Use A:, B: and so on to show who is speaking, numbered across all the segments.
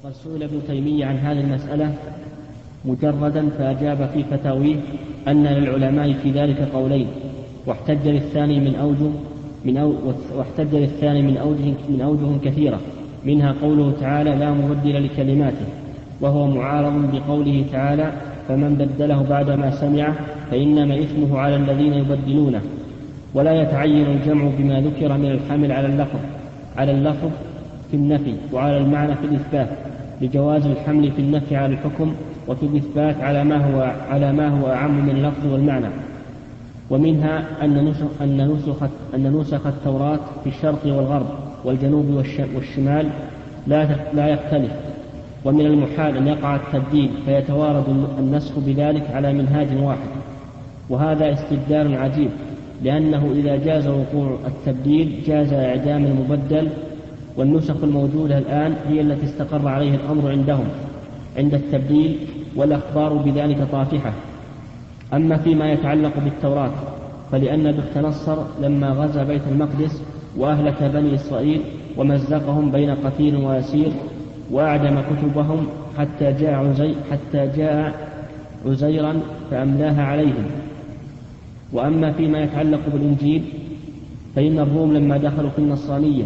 A: وقد سئل ابن تيمية عن هذه المسألة مجردا فأجاب في فتاويه أن للعلماء في ذلك قولين، واحتج للثاني من أوجه كثيرة، منها قوله تعالى: لا مبدل لكلماته، وهو معارض بقوله تعالى: فمن بدله بعدما سمعه فإنما إثمه على الذين يبدلونه. ولا يتعين الجمع بما ذكر من الحمل على اللفظ في النفي وعلى المعنى في الإثبات، لجواز الحمل في النفي على الحكم وفي الإثبات على ما هو أعم من اللفظ والمعنى. ومنها أن نسخ التوراة في الشرق والغرب والجنوب والشمال لا يختلف، ومن المحال أن يقع التبديل فيتوارد النسخ بذلك على منهاج واحد، وهذا استبدال عجيب، لأنه إذا جاز وقوع التبديل جاز إعدام المبدل، والنسخ الموجودة الآن هي التي استقر عليه الأمر عندهم عند التبديل، والأخبار بذلك طافحة. أما فيما يتعلق بالتوراة فلأن بختنصر لما غزا بيت المقدس وأهلك بني إسرائيل ومزقهم بين قتيل وأسير وأعدم كتبهم حتى جاء عزيرا فأملاها عليهم. وأما فيما يتعلق بالإنجيل فإن الروم لما دخلوا في النصرانية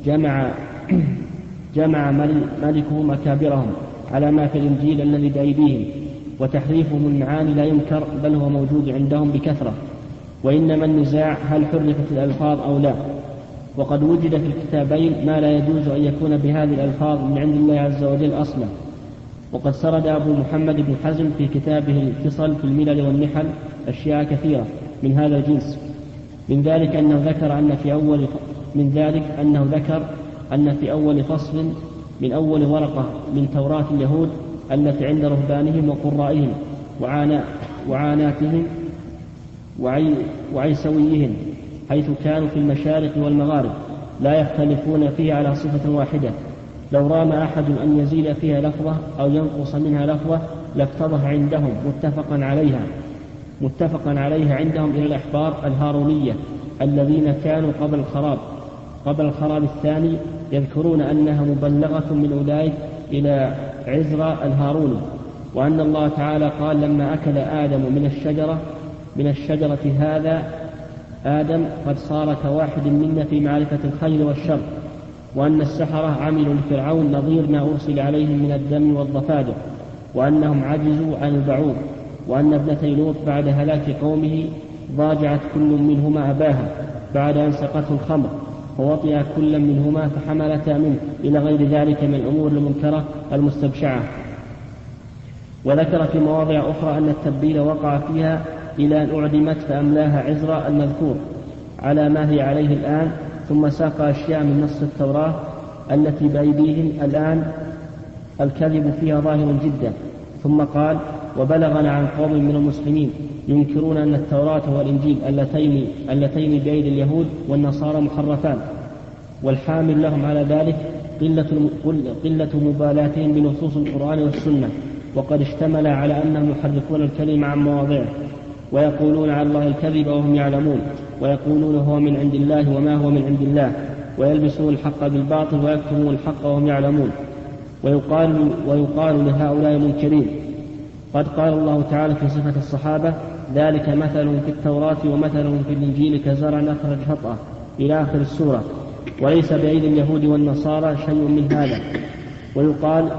A: جمع ملكهم أكابرهم على ما في الإنجيل الذي بأيديهم، وتحريفهم المعاني لا ينكر، بل هو موجود عندهم بكثرة، وإنما النزاع هل حرفت الألفاظ أو لا. وقد وجد في الكتابين ما لا يجوز أن يكون بهذه الألفاظ من عند الله عز وجل أصلا. وقد سرد أبو محمد بن حزم في كتابه الفصل في الملل والنحل أشياء كثيرة من هذا الجنس، من ذلك أنه ذكر أن في أول فصل من أول ورقة من توراة اليهود التي عند رهبانهم وقرائهم وعاناتهم وعيسويهم، حيث كانوا في المشارق والمغارب لا يختلفون فيها على صفة واحدة، لو رام أحد أن يزيد فيها لفظة أو ينقص منها لفظة لافتضح عندهم، متفقا عليها عندهم إلى الأحبار الهارونية الذين كانوا قبل الخراب الثاني، يذكرون أنها مبلغة من أولئك إلى عزرا الهاروني، وأن الله تعالى قال: لما أكل آدم من الشجرة هذا آدم قد صار كواحد منا في معرفة الخير والشر، وأن السحرة عملوا لفرعون نظير ما أرسل عليهم من الدم والضفادع، وأنهم عجزوا عن البعوض، وأن ابنتي لوط بعد هلاك قومه ضاجعت كل منهما أباها بعد أن سقته الخمر، فوطئ كل منهما فحملتا منه، إلى غير ذلك من الأمور المنكرة المستبشعة. وذكر في مواضع أخرى أن التبديل وقع فيها إلى أن أعدمت فأملاها عزرا المذكور على ما هي عليه الآن، ثم ساق أشياء من نص التوراة التي بأيديهم الآن الكذب فيها ظاهر جدا. ثم قال: وبلغنا عن قوم من المسلمين ينكرون أن التوراة والإنجيل اللتين بأيدي اليهود والنصارى محرفان، والحامل لهم على ذلك قلة مبالاتهم بنصوص القرآن والسنة، وقد اشتمل على أنهم يحرفون الكلمة عن مواضعه، ويقولون على الله الكذب وهم يعلمون، ويقولون هو من عند الله وما هو من عند الله، ويلبسون الحق بالباطل ويكتمون الحق وهم يعلمون. ويقال لهؤلاء المنكرين: قد قال الله تعالى في صفة الصحابة: ذلك مثل في التوراة ومثل في الإنجيل كزرع أخرج شطأه، إلى آخر السورة، وليس بأيدي اليهود والنصارى شيء من هذا. ويقال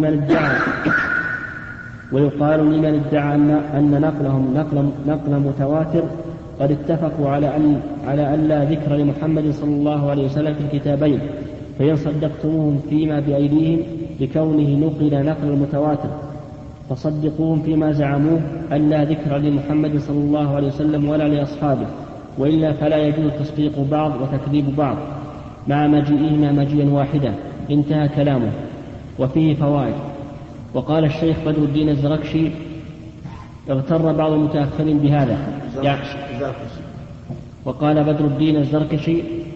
A: لمن ادعى أن نقلهم نقل متواتر قد اتفقوا على أن لا ذكر لمحمد صلى الله عليه وسلم في الكتابين، فإن صدقتموهم فيما بأيديهم لكونه نقل المتواتر فصدقوهم فيما زعموه أن لا ذكر لمحمد صلى الله عليه وسلم ولا لأصحابه، وإلا فلا يجوز تصديق بعض وتكذيب بعض مع مجيئهما مجيئا واحدا. انتهى كلامه. وفيه فوائد. وقال الشيخ بدر الدين الزركشي: اغتر بعض المتأخرين بهذا، وقال بدر الدين الزركشي: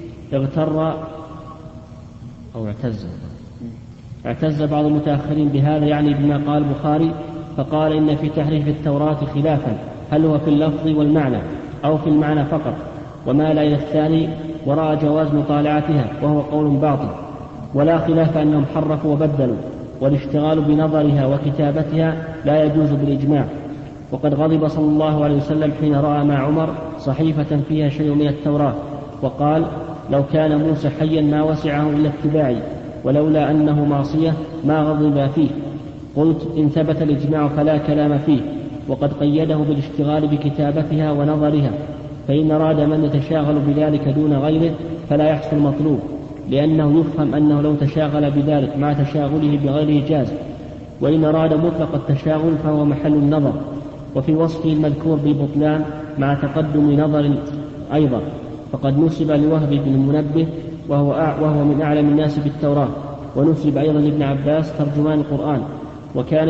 A: اعتز بعض المتأخرين بهذا، يعني بما قال البخاري، فقال: إن في تحريف التوراة خلافا، هل هو في اللفظ والمعنى أو في المعنى فقط، ومال إلى الثاني، ورأى جواز مطالعتها، وهو قول باطل، ولا خلاف أنهم حرفوا وبدلوا، والاشتغال بنظرها وكتابتها لا يجوز بالإجماع. وقد غضب صلى الله عليه وسلم حين رأى مع عمر صحيفة فيها شيء من التوراة وقال: لو كان موسى حيا ما وسعه إلا اتباعي، ولولا أنه معصية ما غضب فيه. قلت: إن ثبت الإجماع فلا كلام فيه. وقد قيده بالاشتغال بكتابتها ونظرها، فإن أراد من يتشاغل بذلك دون غيره فلا يحصل مطلوب، لأنه يفهم أنه لو تشاغل بذلك مع تشاغله بغيره جاز، وإن أراد مطلق التشاغل فهو محل النظر. وفي وصفه المذكور بالبطلان مع تقدم نظر أيضا، فقد نسب لوهب بن المنبه وهو من أعلم الناس بالتوراة، ونسب أيضا لابن عباس ترجمان القرآن، وكان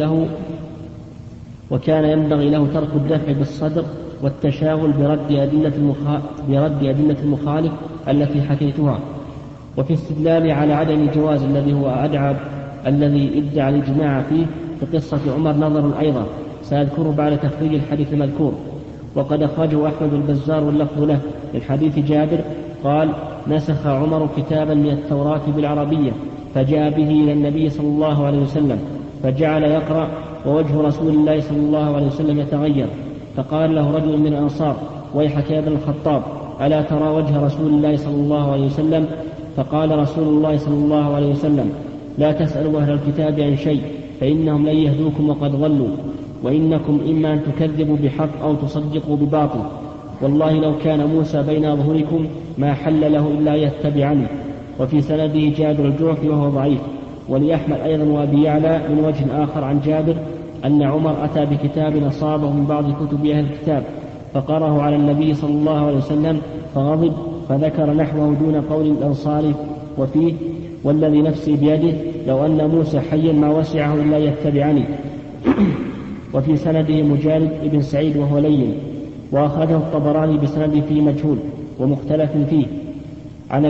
A: ينبغي له ترك الدفع بالصدر والتشاغل برد أدلة المخالف التي حكيتها. وفي استدلال على عدم الجواز الذي ادعى الإجماع فيه في قصة عمر نظر أيضا سأذكره بعد تخريج الحديث المذكور. وقد أخرجه أحمد البزار واللفظ له من حديث جابر قال: نسخ عمر كتابا من التوراة بالعربية فجاء به إلى النبي صلى الله عليه وسلم فجعل يقرأ ووجه رسول الله صلى الله عليه وسلم يتغير، فقال له رجل من الأنصار: ويحك يا ابن الخطاب، ألا ترى وجه رسول الله صلى الله عليه وسلم؟ فقال رسول الله صلى الله عليه وسلم: لا تسألوا أهل الكتاب عن شيء فإنهم لن يهدوكم وقد ضلوا، وإنكم إما أن تكذبوا بحق أو تصدقوا بباطل، والله لو كان موسى بين ظهوركم ما حل له إلا يتبعني. وفي سنده جابر الجعفي وهو ضعيف. ولأحمد أيضا وأبي يعلى من وجه آخر عن جابر أن عمر أتى بكتاب أصابه من بعض كتب أهل الكتاب فقرأه على النبي صلى الله عليه وسلم فغضب، فذكر نحوه دون قول الأنصار وفيه: والذي نفسي بيده لو أن موسى حيا ما وسعه إلا يتبعني. وفي سنده مجالد ابن سعيد وهو لين، وأخرجه الطبراني بسند فيه مجهول ومختلف فيه عن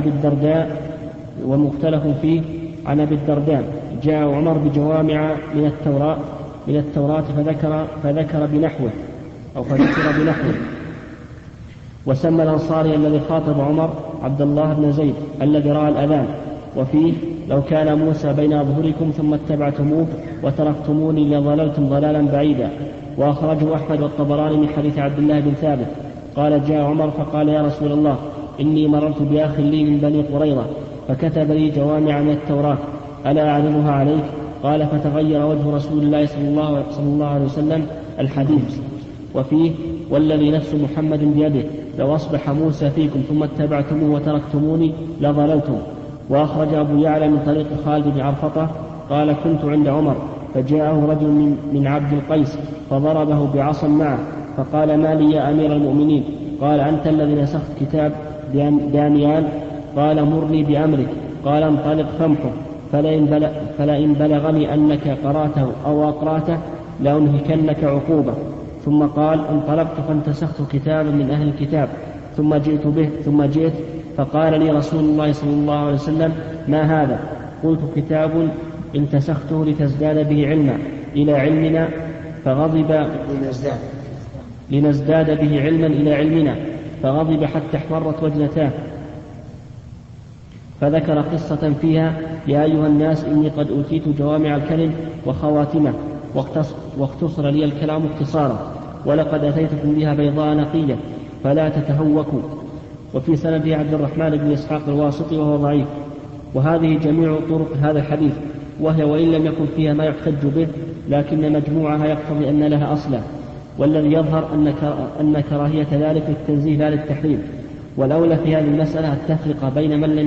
A: أبي الدرداء جاء عمر بجوامع من التوراة فذكر بنحوه. وسمى الأنصاري الذي خاطب عمر عبد الله بن زيد الذي رأى الأذان، وفيه: لو كان موسى بين ظهوركم ثم اتبعتموه وتركتموني لضللتم ضلالا بعيدا. وأخرجه أحمد والطبراني من حديث عبد الله بن ثابت قال: جاء عمر فقال: يا رسول الله، إني مررت بأخ لي من بني قريظة فكتب لي جوامع من التوراة، ألا أعلمها عليك؟ قال: فتغير وجه رسول الله صلى الله عليه وسلم الحديث. وفيه: والذي نفس محمد بيده لو أصبح موسى فيكم ثم اتبعتموه وتركتموني لضللتم. وأخرج أبو يعلى من طريق خالد بن عرفطة قال: كنت عند عمر فجاءه رجل من عبد القيس فضربه بعصا معه فقال: ما لي يا أمير المؤمنين؟ قال: أنت الذي نسخت كتاب دانيال؟ قال: مرني بأمرك. قال: انطلق فامحه، فلئن بلغني أنك قرأته أو أقرأته لأنهكنك عقوبة. ثم قال: انطلقت فانتسخت كتابا من أهل الكتاب ثم جئت فقال لي رسول الله صلى الله عليه وسلم: ما هذا؟ قلت: كتاب انتسخته لتزداد به علما إلى علمنا، فغضب لنزداد به علما إلى علمنا، فغضب حتى احمرت وجنتاه، فذكر قصة فيها: يا أيها الناس إني قد أوتيت جوامع الكلم وخواتمه واختصر لي الكلام اختصارا، ولقد أتيتكم بها بيضاء نقية فلا تتهوكوا. وفي سنده عبد الرحمن بن إسحاق الواسطي وهو ضعيف. وهذه جميع طرق هذا الحديث، وهي وإن لم يكن فيها ما يحتج به لكن مجموعها يقتضي أن لها أصلا، والذي يظهر أن كراهية ذلك للتنزيه لا للتحريم. والأولى في هذه المسألة التفرقة بين من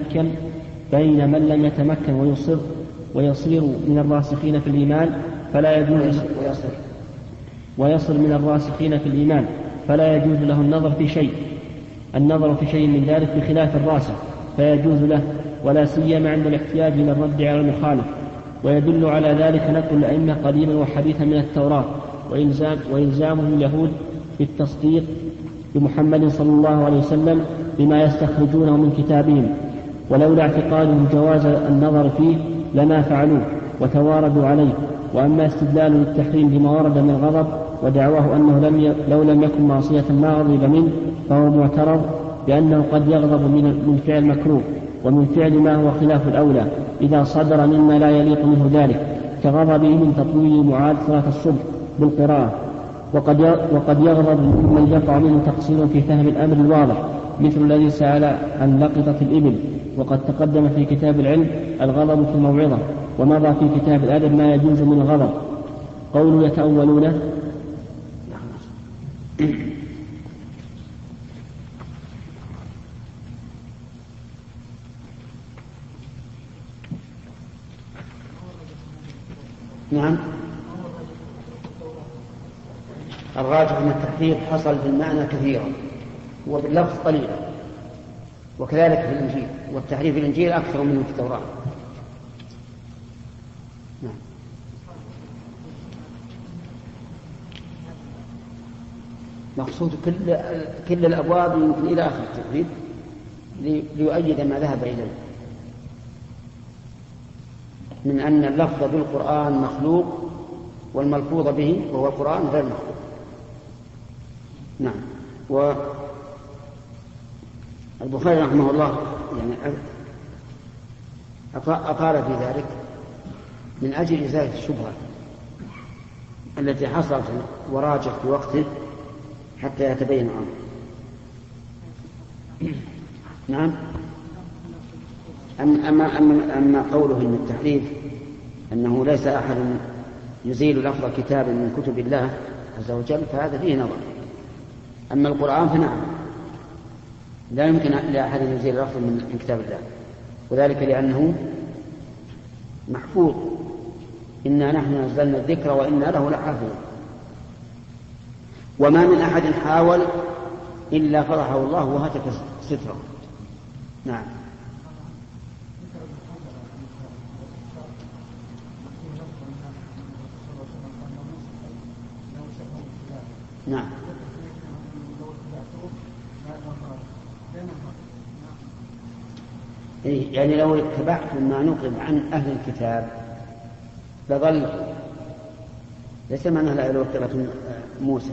A: لم يتمكن ويصير من الراسخين في الإيمان فلا يجوز ويصل من الراسخين في الإيمان فلا يجوز له النظر في شيء من ذلك بخلاف الراسخ فيجوز له، ولا سيما عند الاحتياج إلى الرد على المخالف. ويدل على ذلك نقل الأئمة قديما وحديثا من التوراة وإلزامهم اليهود بالتصديق بمحمد صلى الله عليه وسلم بما يستخرجونه من كتابهم، ولولا اعتقادهم جواز النظر فيه لما فعلوه وتواردوا عليه. وأما استدلال للتحريم بما ورد من الغضب ودعواه أنه لو لم يكن معصية ما غضب منه فهو معترض، بأنه قد يغضب من فعل مكروه ومن فعل ما هو خلاف الأولى إذا صدر مما لا يليق منه ذلك، كغضبه من تطويل معاد صلاة الصبح بالقراءة، وقد يغضب ممن يقع منه تقصير في فهم الأمر الواضح، مثل الذي سأل عن لقطة الإبل، وقد تقدم في كتاب العلم الغضب في الموعظة، ومضى في كتاب الأدب ما يجوز من الغضب. قوله يتأولون
B: نعم. الراجح أن التحريف حصل بالمعنى كثيرا وباللفظ قليلا، وكذلك في الإنجيل، والتحريف في الإنجيل أكثر منه في التوراة. نعم. مقصود كل الأبواب يمكن إلى آخر التحريف ليؤيد ما ذهب إليه من أن اللفظ بالقرآن مخلوق والملفوظ به وهو القرآن غير مخلوق. نعم. والبخاري رحمه الله يعني أطال في ذلك من أجل إزالة الشبهة التي حصلت وراجت في وقته حتى يتبين الأمر. نعم. أما قوله إن التحريف أنه ليس أحد يزيل لفظ كتاب من كتب الله عز وجل فهذا فيه نظر. أما القرآن فنعم لا يمكن لأحد أن يزيل لفظ من كتاب الله، وذلك لأنه محفوظ، إنا نحن نزلنا الذكر وإنا له لحافظون، وما من أحد حاول إلا فضحه الله وهتك ستره. نعم. نعم. يعني لو اتبعتم ما نقل عن أهل الكتاب لضلتم، ليس معنى لا لو اتبعتم موسى،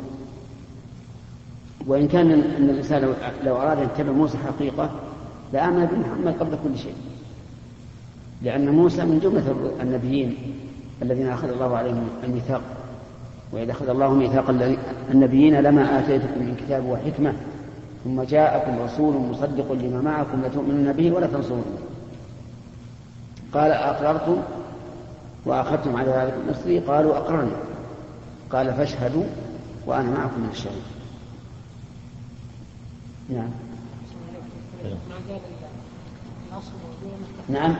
B: وإن كان أن الإنسان لو أراد أن يتبع موسى حقيقة لآمن بمحمد قبل كل شيء، لأن موسى من جملة النبيين الذين أخذ الله عليهم الميثاق، وإذا أخذ الله ميثاق النبيين لما آتيتكم من كتاب وحكمة ثم جاءكم رسول مصدق لما معكم لتؤمنون به ولا تنصرونه. قال أقررتم وأخذتم على ذلك المصري؟ قالوا أقررنا. قال فاشهدوا وأنا معكم من الشهيد. نعم. نعم.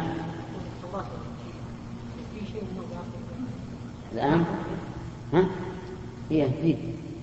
B: الآن ها؟ فيه.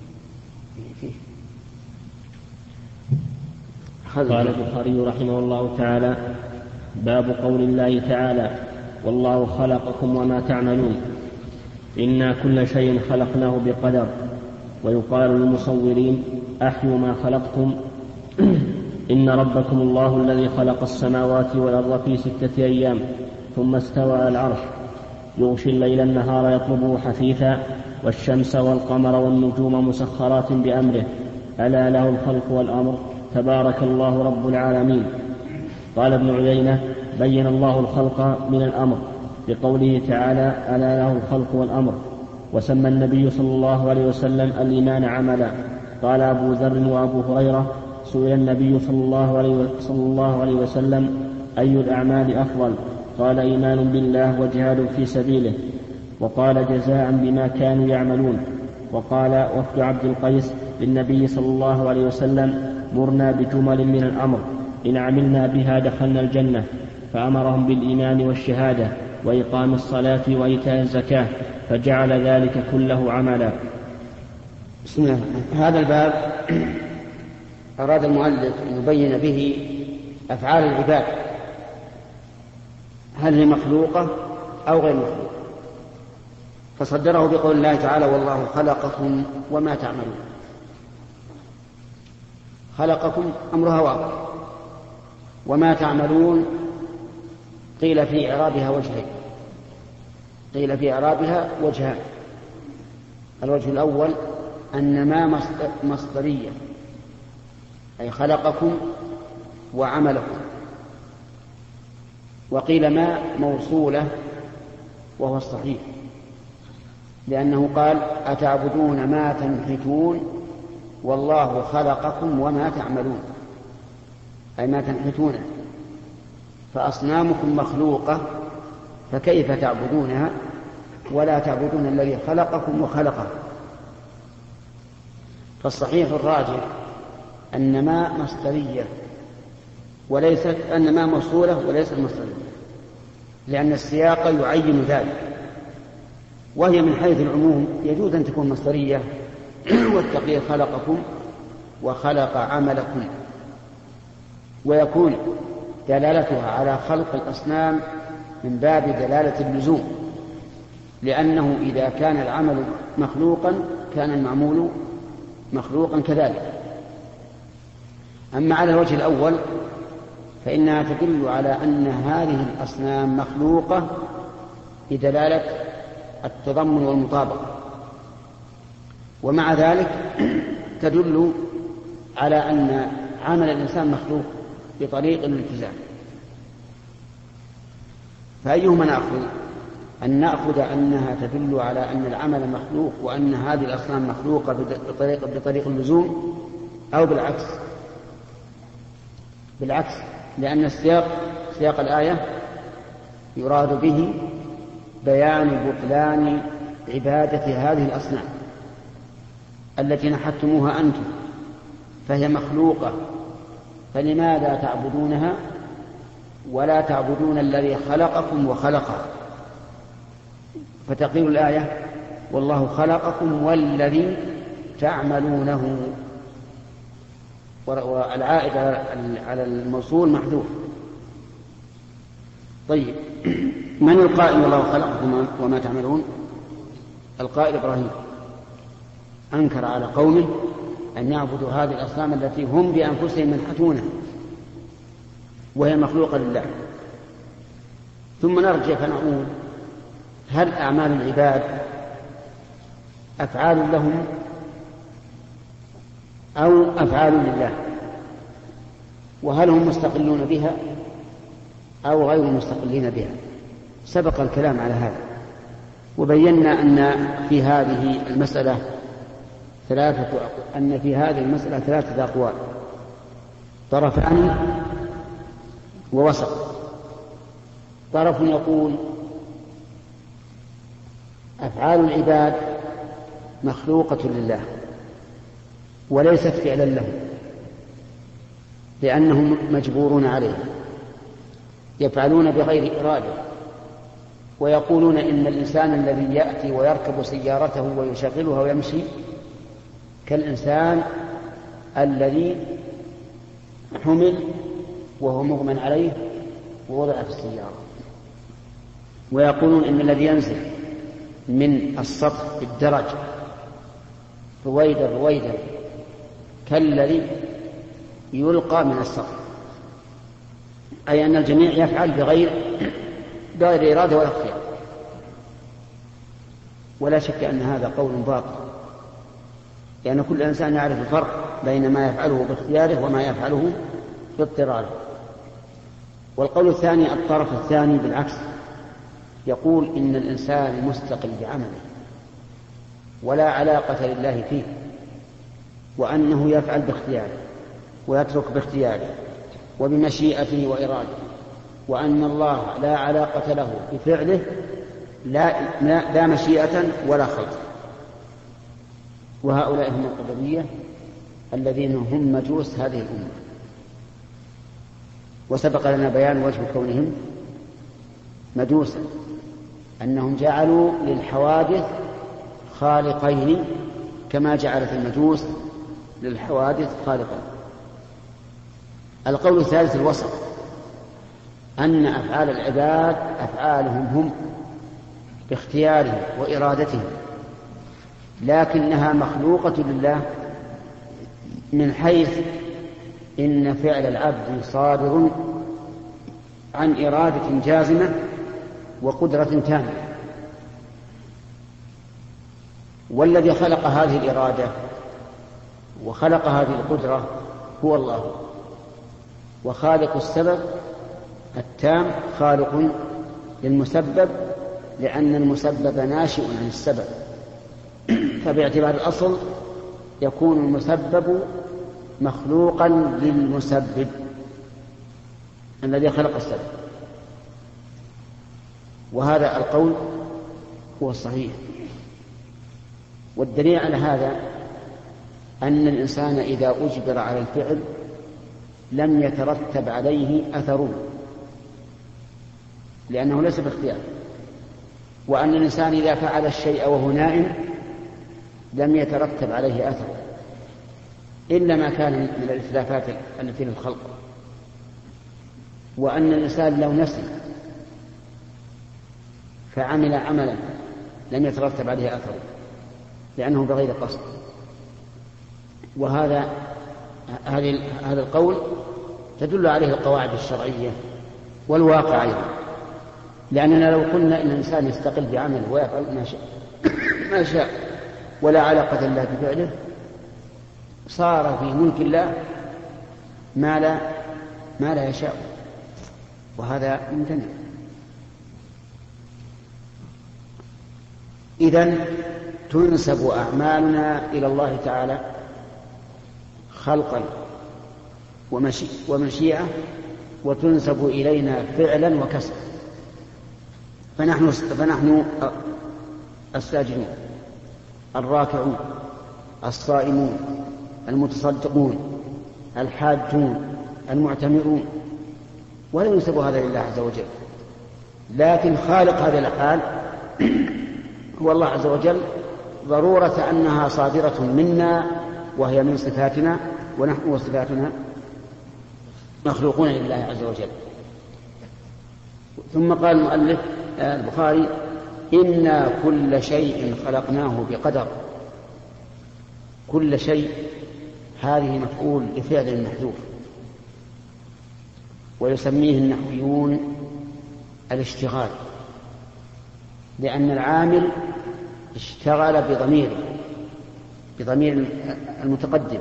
A: قال البخاري رحمه الله تعالى: باب قول الله تعالى: والله خلقكم وما تعملون، إنا كل شيء خلقناه بقدر. ويقال للمصورين: أحيوا ما خلقتم، إن ربكم الله الذي خلق السماوات والأرض في 6 أيام ثم استوى على العرش، يغشي الليل النهار يطلبه حثيثا، والشمس والقمر والنجوم مسخرات بأمره، ألا له الخلق والأمر، تبارك الله رب العالمين. قال ابن عيينة: بين الله الخلق من الأمر بقوله تعالى: ألا له الخلق والأمر. وسمى النبي صلى الله عليه وسلم الإيمان عملا. قال أبو ذر وأبو هريرة: سئل النبي صلى الله عليه وسلم: أي الأعمال أفضل؟ قال: إيمان بالله وجهاد في سبيله. وقال: جزاء بما كانوا يعملون. وقال وفد عبد القيس للنبي صلى الله عليه وسلم: مرنا بجمل من الأمر، إن عملنا بها دخلنا الجنة. فأمرهم بالإيمان والشهادة وإقام الصلاة وإيتاء الزكاة، فجعل ذلك كله عملا.
B: بسم الله. هذا الباب أراد المؤلف أن يبين به أفعال العباد، هل هي مخلوقة أو غير مخلوقة، فصدره بقول الله تعالى: والله خلقكم وما تعملون. خلقكم أمرها واضح، وما تعملون قيل في إعرابها وجهين، قيل في إعرابها وجهان. الوجه الأول أن ما مصدرية، أي خلقكم وعملكم، وقيل ما موصولة وهو الصحيح، لأنه قال أتعبدون ما تنحتون والله خلقكم وما تعملون، أي ما تنحتون، فأصنامكم مخلوقة فكيف تعبدونها ولا تعبدون الذي خلقكم وخلقه. فالصحيح الراجح أن ما مصدرية وليست أن ما موصولة وليست مصدرية، لأن السياق يعين ذلك، وهي من حيث العموم يجوز أن تكون مصدرية والتقدير خلقكم وخلق عملكم، ويكون دلالتها على خلق الأصنام من باب دلالة اللزوم، لأنه إذا كان العمل مخلوقا كان المعمول مخلوقا كذلك. أما على الوجه الأول فإنها تدل على أن هذه الأصنام مخلوقة بدلالة التضمن والمطابقة، ومع ذلك تدل على أن عمل الإنسان مخلوق بطريق الالتزام. فأيهما نأخذ؟ أن نأخذ أنها تدل على أن العمل مخلوق وأن هذه الأصنام مخلوقة بطريق اللزوم، أو بالعكس، لأن سياق الآية يراد به بيان بطلان عبادة هذه الأصنام التي نحتموها أنتم، فهي مخلوقة، فلماذا تعبدونها ولا تعبدون الذي خلقكم وخلقها؟ فتقول الآية والله خلقكم والذي تعملونه، والعائد على الموصول محذوف. طيب، من القائل والله خلقكم وما تعملون؟ القائل إبراهيم أنكر على قومه أن يعبدوا هذه الأصنام التي هم بأنفسهم منحتونها وهي مخلوقة لله. ثم نرجع فنقول هل أعمال العباد أفعال لهم أو أفعال لله؟ وهل هم مستقلون بها أو غير مستقلين بها؟ سبق الكلام على هذا، وبينا أن في هذه المسألة ثلاثة أقوال، طرفان ووسط. طرف يقول أفعال العباد مخلوقة لله وليست فعلا لهم، لأنهم مجبورون عليه، يفعلون بغير إرادة، ويقولون إن الإنسان الذي يأتي ويركب سيارته ويشغلها ويمشي كالإنسان الذي حمل وهو مغمى عليه ووضع في السيارة، ويقولون إن الذي ينزل من السطح بالدرج رويدا كالذي يلقى من السطح، أي أن الجميع يفعل بغير إرادة ولا اختيار. ولا شك أن هذا قول باطل، لأن كل إنسان يعرف الفرق بين ما يفعله باختياره وما يفعله باضطراره. والقول الثاني، الطرف الثاني بالعكس، يقول إن الإنسان مستقل بعمله ولا علاقة لله فيه، وأنه يفعل باختياره ويترك باختياره وبمشيئته وإرادته، وأن الله لا علاقة له بفعله لا مشيئة ولا خلق. وهؤلاء هم القدرية الذين هم مجوس هذه الأمة. وسبق لنا بيان وجه كونهم مجوسا، أنهم جعلوا للحوادث خالقين كما جعلت المجوس للحوادث خالقين. القول الثالث الوسط، أن أفعال العباد أفعالهم هم باختيارهم وإرادتهم، لكنها مخلوقة لله من حيث إن فعل العبد صادر عن إرادة جازمة وقدرة تامة، والذي خلق هذه الإرادة وخلق هذه القدرة هو الله، وخالق السبب التام خالق للمسبب، لأن المسبب ناشئ عن السبب، فباعتبار الأصل يكون المسبب مخلوقا للمسبب الذي خلق السبب. وهذا القول هو الصحيح. والدليل على هذا أن الإنسان إذا أجبر على الفعل لم يترتب عليه أثره، لأنه ليس باختيار. وأن الإنسان إذا فعل الشيء وهو نائم لم يترتب عليه أثره، إلا ما كان من الإتلافات التي للخلق. وأن الإنسان لو نسي فعمل عملا لم يترتب عليه أثره، لأنه بغير قصد. وهذا القول تدل عليه القواعد الشرعية والواقع أيضا، لأننا لو قلنا إن الإنسان يستقل بعمله ويفعل ما شاء ولا علاقة له بفعله صار في ملك الله ما لا يشاء، وهذا ممتنع. إذن تنسب أعمالنا إلى الله تعالى خلقا ومشيئة، وتنسب إلينا فعلا وكسبا. فنحن الساجدون، الراكعون، الصائمون، المتصدقون، الحاجون، المعتمرون، ولا ينسب هذا لله عز وجل. لكن خالق هذه الأفعال هو الله عز وجل، ضرورة أنها صادرة منا وهي من صفاتنا، ونحن وصفاتنا مخلوقون لله عز وجل. ثم قال المؤلف البخاري: إنا كل شيء خلقناه بقدر. كل شيء هذه مفعول لفعل محذوف، ويسميه النحويون الاشتغال، لأن العامل اشتغل بضمير المتقدم.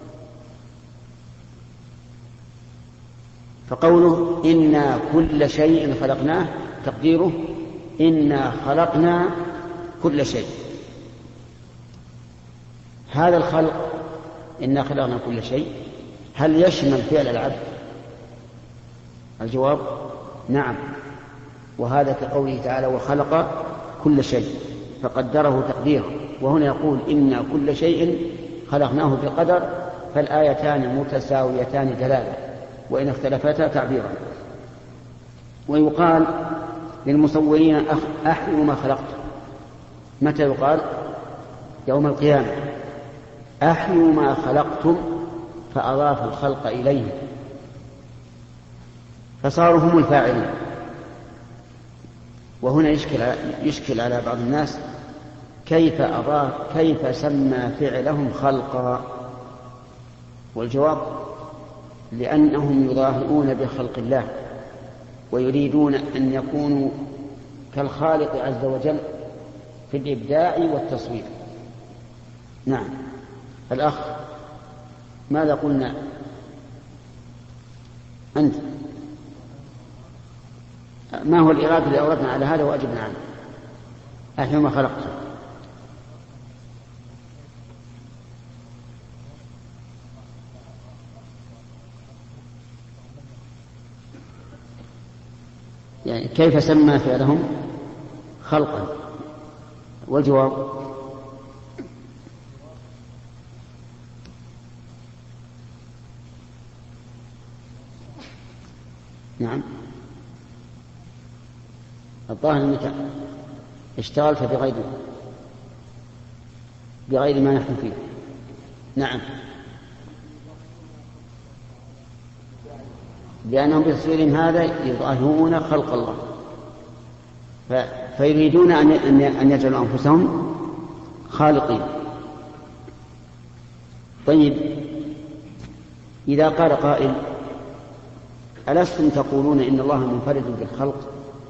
B: فقوله إنا كل شيء خلقناه تقديره إنا خلقنا كل شيء. هذا الخلق إنا خلقنا كل شيء هل يشمل فعل العبد؟ الجواب نعم، وهذا كقوله تعالى: وخلق كل شيء، فقدره تقديره. وهنا يقول إنا كل شيء خلقناه بقدر، فالآيتان متساويتان دلالة وإن اختلفتا تعبيرا. ويقال للمصورين: أحيوا ما خلقت. متى يقال؟ يوم القيامة: أحيوا ما خلقتم، فأضافوا الخلق إليه، فصاروا هم الفاعلين. وهنا يشكل على بعض الناس كيف سمى فعلهم خلقا. والجواب: لأنهم يظاهرون بخلق الله ويريدون أن يكونوا كالخالق عز وجل في الإبداع والتصوير. نعم. الأخ ماذا قلنا أنت؟ ما هو الإرادة اللي أوردنا على هذا وأجبنا عنه؟ أحيا ما خلقته. يعني كيف سمى فعلهم خلقا؟ والجواب: نعم، الظاهر أنك اشتغلت بغير ما نحن فيه. نعم، لأنهم بتصويرهم هذا يظاهرون خلق الله، فيريدون أن يجعلوا أنفسهم خالقين. طيب، إذا قال قائل: ألستم تقولون إن الله منفرد بالخلق؟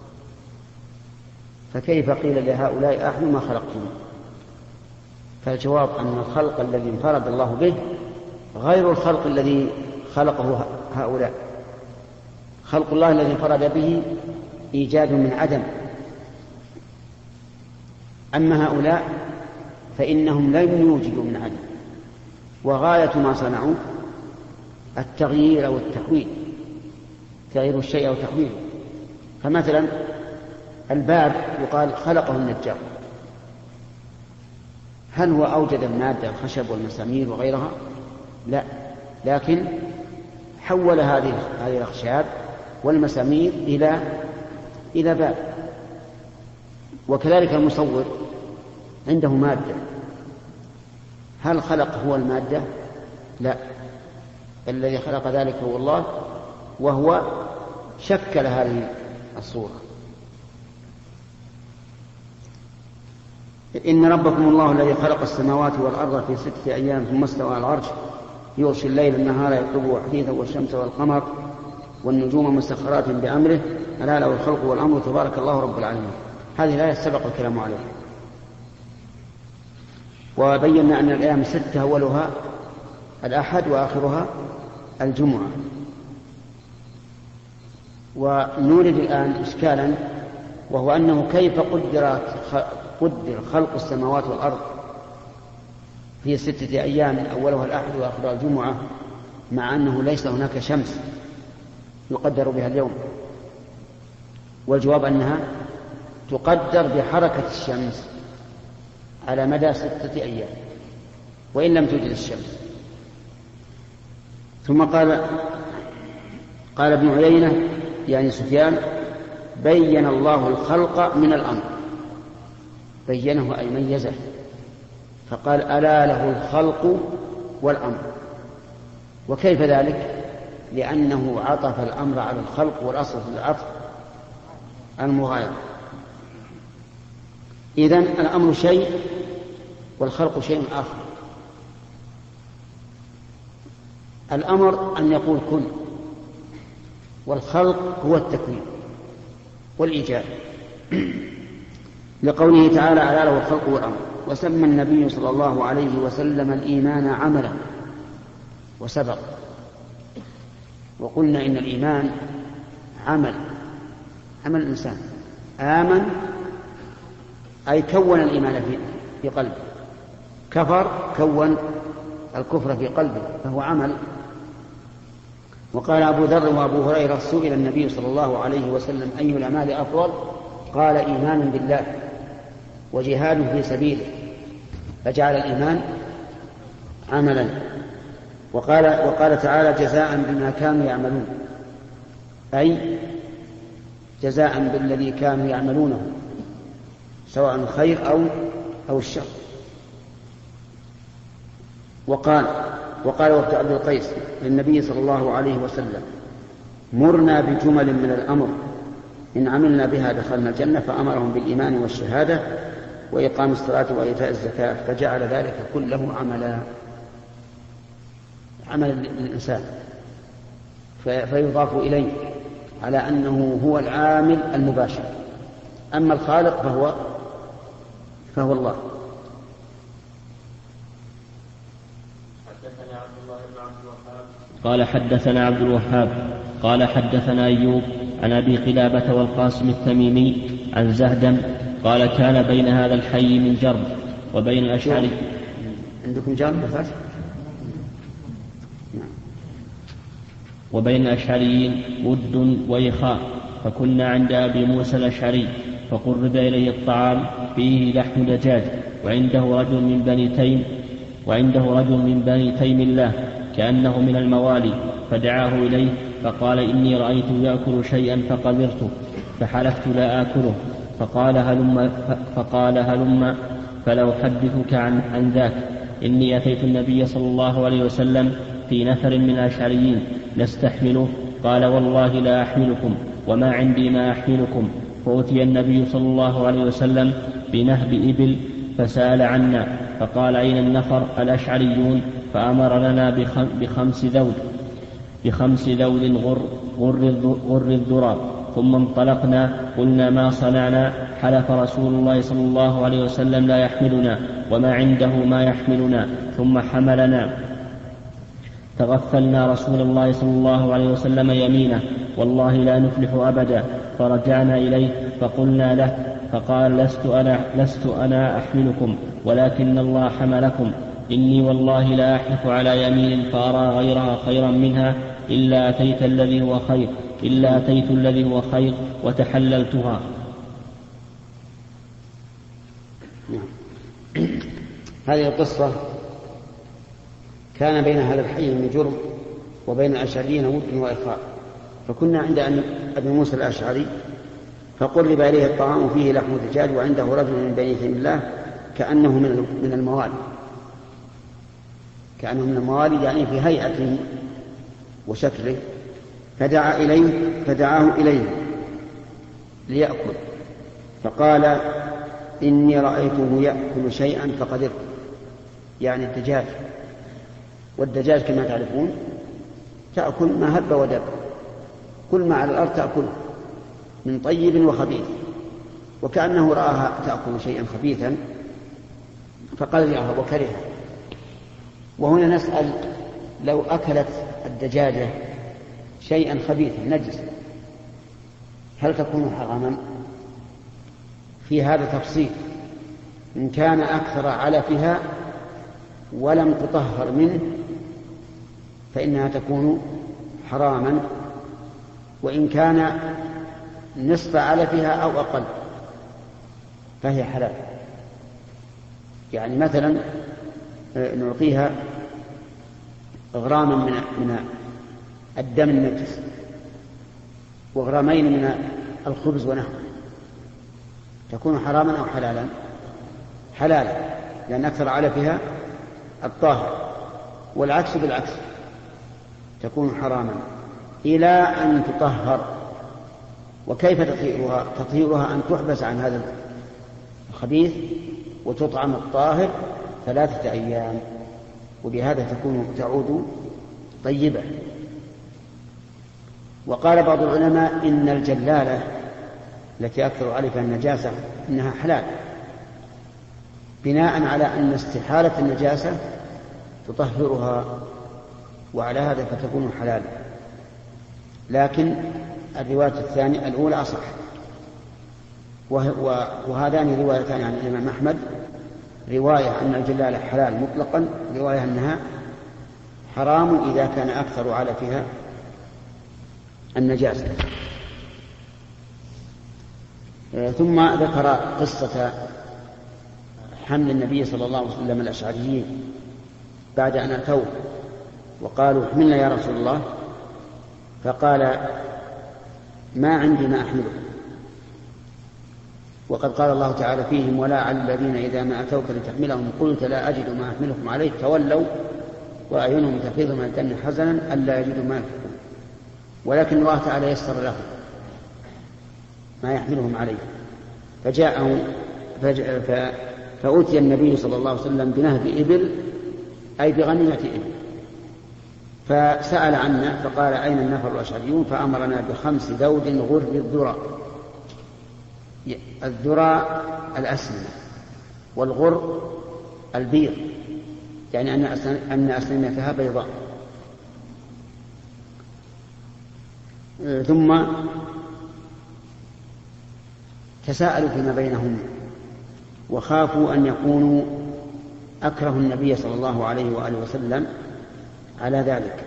B: فكيف قيل لهؤلاء أحيوا ما خلقتم؟ فالجواب أن الخلق الذي انفرد الله به غير الخلق الذي خلقه هؤلاء. خلق الله الذي فرد به إيجاد من عدم. أما هؤلاء فإنهم لم يوجدوا من عدم، وغاية ما صنعوا التغيير أو التحويل، تغيير الشيء أو تحويله. فمثلا الباب يقال خلقه النجار، هل هو أوجد المادة الخشب والمسامير وغيرها؟ لا، لكن حول هذه الأخشاب والمسامير إلى باب. وكذلك المصور عنده مادة، هل خلق هو المادة؟ لا، الذي خلق ذلك هو الله، وهو شكل هذه الصورة. إن ربكم الله الذي خلق السماوات والأرض في 6 أيام ثم استوى على العرش يغشي الليل النهار يطلبه حثيثا والشمس والقمر والنجوم مسخرات بأمره ألا له الخلق والأمر تبارك الله رب العالمين. هذه الآية سبق الكلام عليها، وبينا أن الأيام 6 أولها الأحد وآخرها الجمعة. ونورد الآن إشكالا، وهو أنه كيف قدر خلق السماوات والأرض في 6 أيام أولها الأحد وآخرها الجمعة، مع أنه ليس هناك شمس يقدر بها اليوم. والجواب أنها تقدر بحركة الشمس على مدى 6 أيام وإن لم توجد الشمس. ثم قال ابن عيينة يعني سفيان: بين الله الخلق من الأمر، بينه أي ميزه، فقال: ألا له الخلق والأمر. وكيف ذلك؟ لأنه عطف الأمر على الخلق، والأصل في العطف المغايرة. إذن الأمر شيء والخلق شيء آخر. الأمر أن يقول كن، والخلق هو التكوين والإيجاد، لقوله تعالى: ألا له الخلق والأمر. وسمى النبي صلى الله عليه وسلم الإيمان عملا، وسبق وقلنا إن الإيمان عمل الإنسان، آمن أي كون الإيمان في قلبه، كفر كون الكفر في قلبه، فهو عمل. وقال أبو ذر وأبو هريرة: سئل النبي صلى الله عليه وسلم: أي الأعمال أفضل؟ قال: إيمان بالله وجهاد في سبيله، فجعل الإيمان عملا. وقال تعالى: جزاء بما كانوا يعملون، أي جزاء بالذي كانوا يعملونه سواء الخير أو الشر. وقال وفد عبد القيس للنبي صلى الله عليه وسلم: مرنا بجمل من الأمر إن عملنا بها دخلنا الجنة، فأمرهم بالإيمان والشهادة وإقام الصلاة وإيتاء الزكاة، فجعل ذلك كله عمل الإنسان، فيضاف إليه على أنه هو العامل المباشر. أما الخالق فهو الله.
A: قال: حدثنا عبد الوهاب قال: حدثنا أيوب عن أبي قلابة والقاسم التميمي عن زهدم قال: كان بين هذا الحي من جرب وبين الأشعري.
B: عندكم جرب
A: وبين الأشعريين ود وإخاء، فكنا عند أبي موسى الأشعري فقرب إليه الطعام فيه لحم دجاج، وعنده رجل من بني تيم الله كأنه من الموالي، فدعاه إليه فقال: إني رأيته يأكل شيئا فقدرت فحلفت لا آكله، فقال هلم فلو حدثك عن ذاك. إني أتيت النبي صلى الله عليه وسلم في نفر من الأشعريين نستحمله، قال: والله لا أحملكم وما عندي ما أحملكم. فأتي النبي صلى الله عليه وسلم بنهب إبل فسأل عنا، فقال: أين النفر الأشعريون؟ فأمر لنا بخمس ذود غر الذرى. ثم انطلقنا، قلنا: ما صنعنا؟ حلف رسول الله صلى الله عليه وسلم لا يحملنا وما عنده ما يحملنا، ثم حملنا. تغفلنا رسول الله صلى الله عليه وسلم يمينه، والله لا نفلح أبدا. فرجعنا إليه فقلنا له، فقال لست أنا أحملكم ولكن الله حملكم. إني والله لا أحلف على يمين فأرى غيرها خيرا منها إلا أتيت الذي هو خير وتحللتها.
B: هذه القصة كان بين هذا الحي بن جرم وبين الأشعريين ود وإخاء، فكنا عند أبي موسى الأشعري فقرب إليه الطعام فيه لحم الدجاج وعنده رجل من بني تيم الله كأنه من الموالي يعني في هيئته وشكله، فدعاه إليه ليأكل، فقال إني رأيته يأكل شيئا فقدرت، يعني الدجاج، والدجاج كما تعرفون تأكل ما هب ودب، كل ما على الأرض تأكل من طيب وخبيث، وكأنه رآها تأكل شيئا خبيثا فقدرها وكرهها. وهنا نسأل، لو أكلت الدجاجة شيئا خبيثا نجس هل تكون حراما؟ في هذا تفصيل، إن كان أكثر علفها ولم تطهر منه فإنها تكون حراما، وإن كان نصف علفها أو أقل فهي حلال. يعني مثلا نعطيها غراما من الدم النجس وغرامين من الخبز ونحوه، تكون حراما أو حلالا؟ حلالا، لأن أكثر علفها الطاهر، والعكس بالعكس تكون حراما إلى أن تطهر. وكيف تطهيرها؟ تطهيرها أن تحبس عن هذا الخبيث وتطعم الطاهر 3 أيام، وبهذا تعود طيبة. وقال بعض العلماء إن الجلالة التي أكثر عليها النجاسة إنها حلال، بناء على أن استحالة النجاسة تطهرها، وعلى هذا فتكون حلال. لكن الرواية الأولى أصح، وهذان روايتان عن الإمام أحمد، رواية أن الجلالة حلال مطلقا، رواية أنها حرام إذا كان أكثر علفها النجاسة. ثم ذكر قصة حمل النبي صلى الله عليه وسلم الأشعريين بعد أن أتوه وقالوا احملنا يا رسول الله، فقال ما عندي ما أحملكم، وقد قال الله تعالى فيهم ولا على الذين إذا ما أتوك لتحملهم قلت لا أجد ما أحملكم عليه تولوا وأعينهم تفيض من الدم حزنا ألا يجدوا ما ينفقون، ولكن الله تعالى يسر لهم ما يحملهم عليه. فأتي النبي صلى الله عليه وسلم بنهب إبل، أي بغنيمة إبل، فسأل عنا فقال أين النفر الأشعريون؟ فأمرنا ب5 ذود غر الذرى الأسنة، والغر البيض، يعني أن أسنمتها بيضاء. ثم تساءلوا فيما بينهم وخافوا أن يكونوا أكرهوا النبي صلى الله عليه وآله وسلم على ذلك.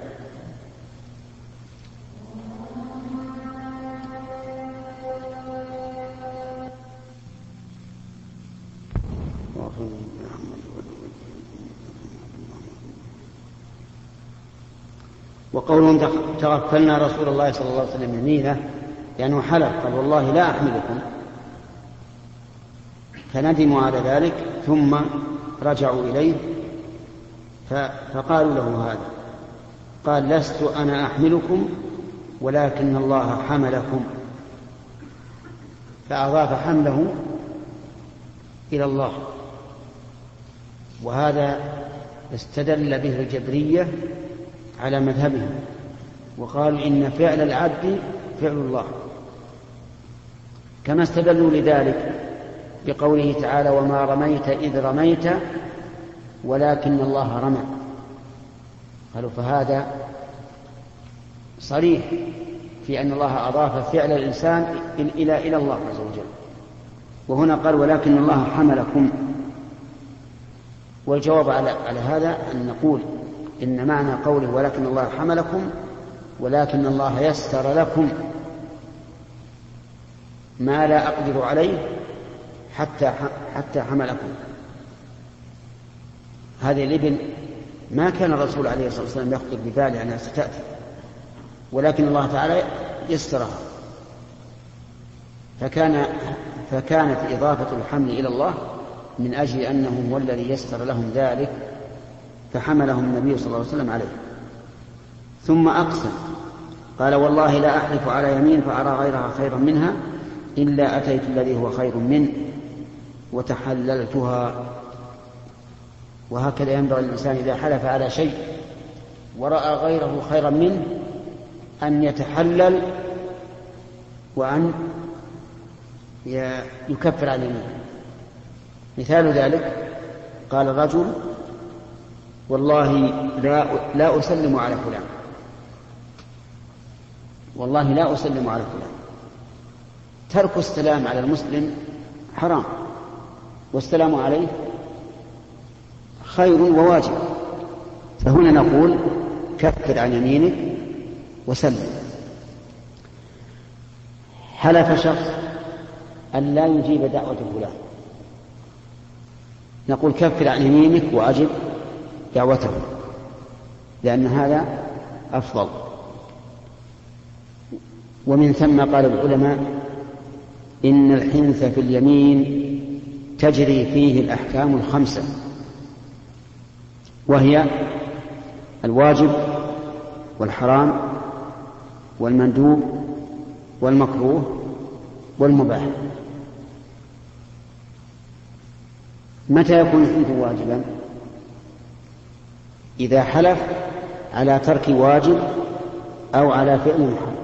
B: وقولهم تغفلنا رسول الله صلى الله عليه وسلم يمينه لأنه حلف، قال والله لا أحملكم، فندموا على ذلك ثم رجعوا إليه فقالوا له هذا، قال لست أنا أحملكم ولكن الله حملكم، فأضاف حمله إلى الله. وهذا استدل به الجبرية على مذهبهم، وقالوا إن فعل العبد فعل الله، كما استدلوا لذلك بقوله تعالى وما رميت إذ رميت ولكن الله رمى، قالوا فهذا صريح في أن الله أضاف فعل الإنسان إلى الله عز وجل. وهنا قال ولكن الله حملكم. والجواب على هذا أن نقول إن معنى قوله ولكن الله حملكم ولكن الله يسر لكم ما لا أقدر عليه حتى حملكم. هذه الإبل ما كان الرسول عليه الصلاة والسلام يخطر بباله أنها ستأتي، ولكن الله تعالى يسرها، فكانت إضافة الحمل إلى الله من أجل أنه هو الذي يسر لهم ذلك، فحملهم النبي صلى الله عليه وسلم عليه. ثم أقسم قال والله لا أحلف على يمين فأرى غيرها خيرا منها إلا أتيت الذي هو خير منه وتحللتها. وهكذا ينبغي الإنسان إذا حلف على شيء ورأى غيره خيرا منه أن يتحلل وأن يكفر عن يمينه. مثال ذلك قال الرجل والله لا أسلم على فلان، والله لا أسلم على فلان. ترك السلام على المسلم حرام، والسلام عليه خير وواجب. فهنا نقول كفر عن يمينك وسلم. حلف شخص أن لا يجيب دعوة فلان، نقول كفر عن يمينك وأجب دعوته، لأن هذا أفضل. ومن ثم قال العلماء إن الحنث في اليمين تجري فيه الأحكام الخمسة، وهي الواجب والحرام والمندوب والمكروه والمباح. متى يكون الحنث واجبا؟ إذا حلف على ترك واجب أو على فعل محرم.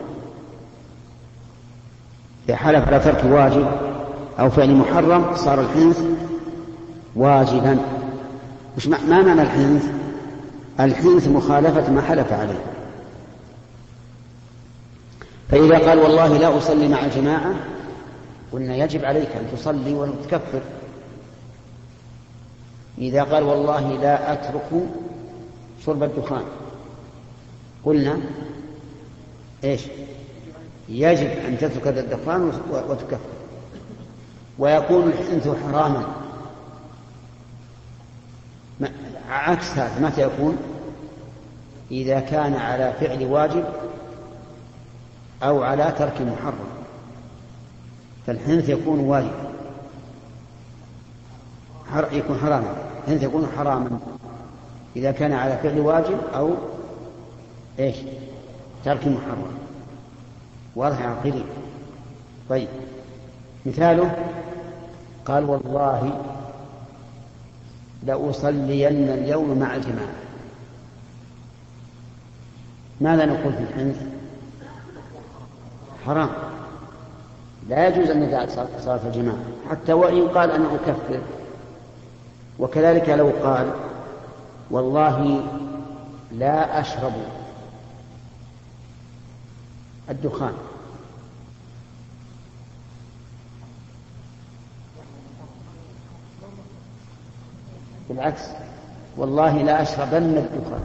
B: إذا حلف على ترك واجب أو فعل محرم صار الحنث واجبا. ما معنى الحنث؟ الحنث مخالفة ما حلف عليه. فإذا قال والله لا أصلي مع الجماعة قلنا يجب عليك أن تصلي وتكفر. إذا قال والله لا أترك شرب الدخان قلنا إيش؟ يجب أن تترك الدخان وتكفر. ويكون الحنث حراما عكس هذا. متى يكون؟ إذا كان على فعل واجب أو على ترك محرم، فالحنث يكون واجب يكون حراما. الحنث يكون حراما إذا كان على فعل واجب أو إيش؟ ترك محرم. واضح يا عقيلي؟ طيب مثاله قال والله لأصلين اليوم مع الجماعة. ماذا نقول في الحنث؟ حرام، لا يجوز أن ندع صلاة الجماعة حتى وإن قال أنا أكفر. وكذلك لو قال والله لا أشرب الدخان، بالعكس والله لا أشربن الدخان،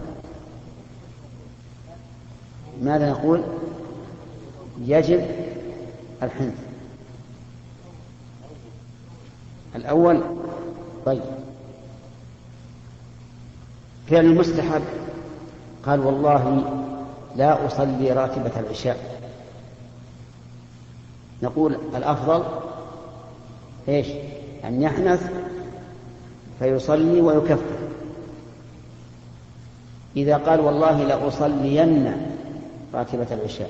B: ماذا نقول؟ يجب الحنث الأول. طيب فعل المستحب قال والله لا أصلي راتبة العشاء، نقول الأفضل إيش؟ أن يحنث فيصلي ويكفر. إذا قال والله لأصلين راتبة العشاء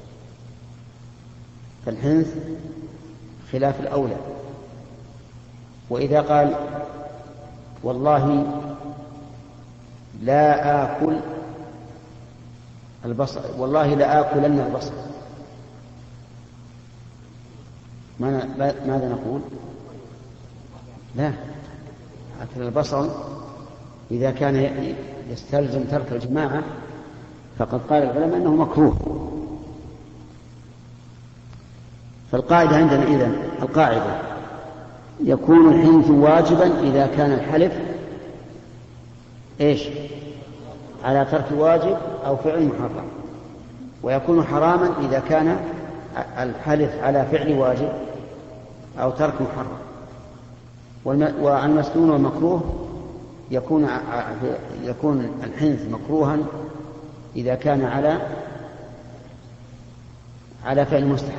B: فالحنث خلاف الأولى. وإذا قال والله لا آكل البصل، والله لا آكلن البصل، ماذا نقول؟ لا، أكل البصل إذا كان يستلزم ترك الجماعة فقد قال العلماء أنه مكروه، فالقاعدة عندنا إذن القاعدة يكون الحنث واجبا إذا كان الحلف إيش؟ على ترك واجب أو فعل محرم، ويكون حراما إذا كان الحلف على فعل واجب أو ترك محرم. والمسنون والمكروه يكون الحنث مكروها إذا كان على فعل مستحب،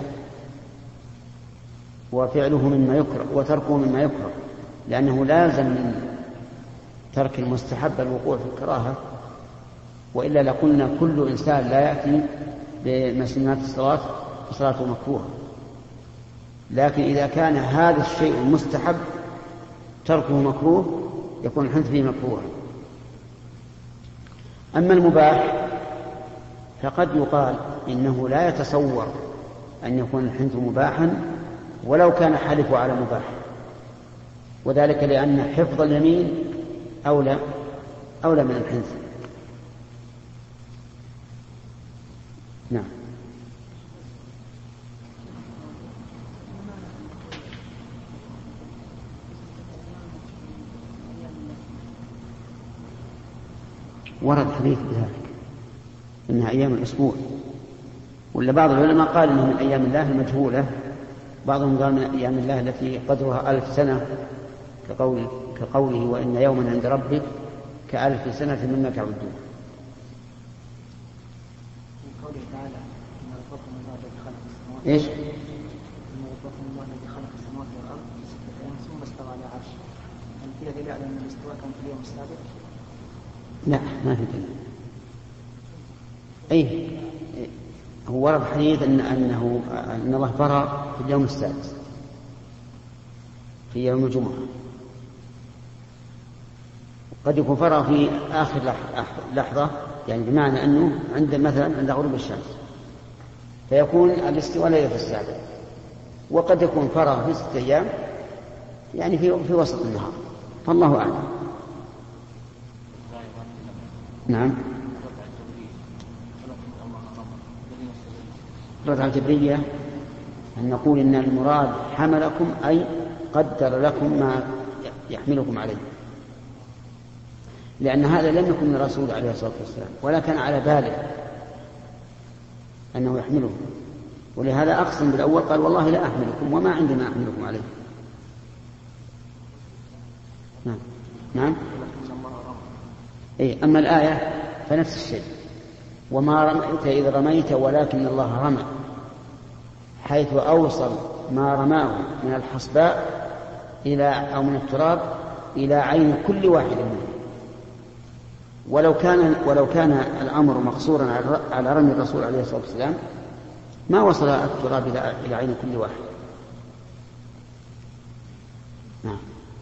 B: وفعله مما يكره وتركه مما يكره، لأنه لازم من ترك المستحب الوقوع في الكراهة، وإلا لقلنا كل إنسان لا يأتي بمسنونات الصلاة فصلاته مكروهة. لكن إذا كان هذا الشيء المستحب تركه مكروه يكون الحنث فيه مكروها. أما المباح فقد يقال إنه لا يتصور أن يكون الحنث مباحا ولو كان حلف على مباح، وذلك لأن حفظ اليمين أولى من الحنث. نعم. ورد حديث بذلك إنها أيام الأسبوع، ولا بعض العلماء قال إنه من أيام الله المجهولة، بعضهم قال من أيام الله التي قدرها 1000 سنة كقوله وإن يوما عند ربك ك1000 سنة مما تعدون. إيش؟ لا ما في دليل. أي هو ورد حديث أن الله برأ في اليوم السادس في يوم الجمعة، قد يكون فرغ في آخر لحظة، يعني بمعنى أنه عند غروب الشمس فيكون الاستواء ليلة السابع، وقد يكون فرغ في 6 أيام يعني في وسط النهار، فالله أعلم. نعم. رد على الجبرية أن نقول إن المراد حملكم أي قدر لكم ما يحملكم عليه، لأن هذا لم يكن من الرسول عليه الصلاة والسلام ولا كان على باله أنه يحمله، ولهذا أقسم بالأول قال والله لا أحملكم وما عندي ما أحملكم عليه. نعم. نعم. إيه أما الآية فنفس الشيء، وما رميت إذ رميت ولكن الله رمى، حيث أوصل ما رماه من الحصباء أو من التراب إلى عين كل واحد منهم. ولو كان الأمر مقصورا على رمي الرسول عليه الصلاة والسلام ما وصل التراب إلى عين كل واحد. نعم.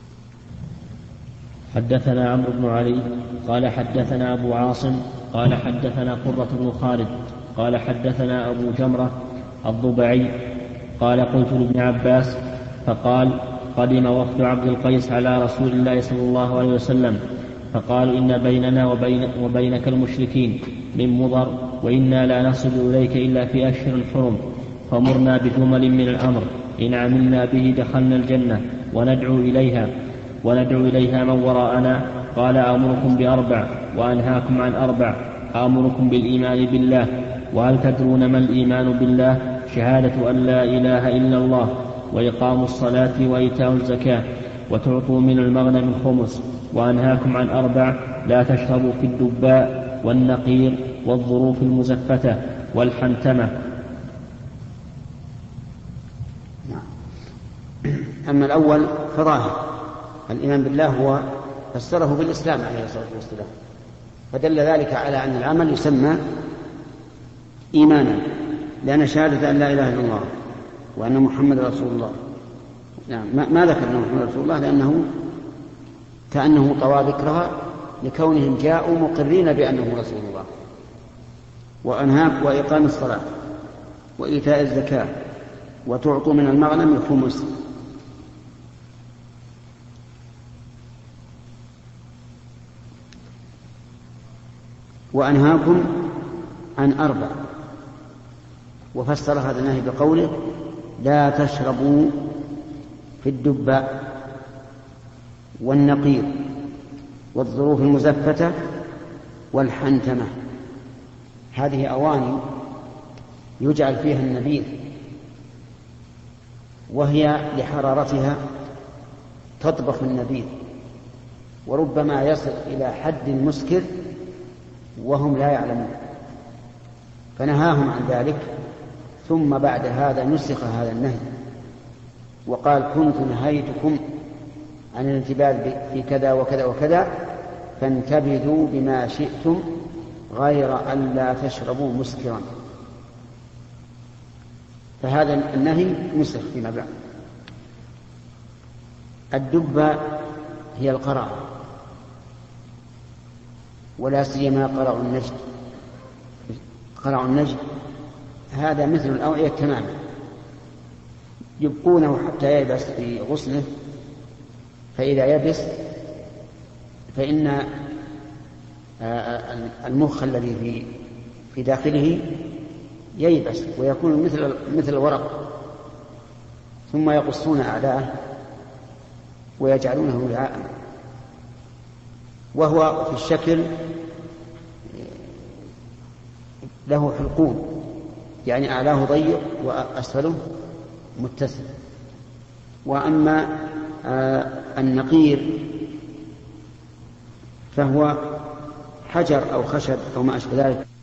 A: حدثنا عمرو بن علي قال حدثنا أبو عاصم قال حدثنا قرة بن خالد قال حدثنا أبو جمرة الضبعي قال قلت لابن عباس فقال قدم وفد عبد القيس على رسول الله صلى الله عليه وسلم فقالوا إن بيننا وبينك المشركين من مضر وإنا لا نصل إليك إلا في أشهر الحرم، فمرنا بجمل من الأمر إن عملنا به دخلنا الجنة وندعو إليها من وراءنا. قال آمركم ب4 وأنهاكم عن 4. آمركم بالإيمان بالله، وهل تدرون ما الإيمان بالله؟ شهادة أن لا إله إلا الله وإقام الصلاة وإيتاء الزكاة وتعطوا من المغنم الخمس. وأنهاكم عن 4 لا تشربوا في الدباء والنقير والظروف المزفتة والحنتمة.
B: أما الأول فظاهر الإيمان بالله هو فسره بالإسلام عليه الصلاة والسلام، فدل ذلك على أن العمل يسمى إيمانا، لأن شهادة أن لا إله إلا الله وأن محمد رسول الله. نعم. ما ذكر أن محمد رسول الله لأنه كأنه طوى ذكرها لكونهم جاءوا مقرين بأنه رسول الله. وأنهاك وإقام الصلاة وإيتاء الزكاة وتعطوا من المغنم الخمس. وأنهاكم عن 4، وفسر هذا النهي بقوله لا تشربوا في الدباء والنقير والظروف المزفتة والحنتمة. هذه أواني يجعل فيها النبيذ، وهي لحرارتها تطبخ النبيذ، وربما يصل إلى حد المسكر وهم لا يعلمون، فنهاهم عن ذلك. ثم بعد هذا نسخ هذا النهي وقال: كنت نهيتكم عن الانتباذ في كذا وكذا وكذا فانتبذوا بما شئتم غير أن لا تشربوا مسكرا. فهذا النهي نسخ فيما بعد. الدبة هي القرع، ولا سيما قرع النجد. قرع النجد هذا مثل الأوعية تماما، يبقونه حتى ييبس في غسله، فإذا يبس فإن المخ الذي في داخله ييبس ويكون مثل الورق، ثم يقصون أعلاه ويجعلونه وعاء، وهو في الشكل له حلقوم، يعني أعلاه ضيق وأسفله متسع. وأما النقير فهو حجر أو خشب أو ما أشبه ذلك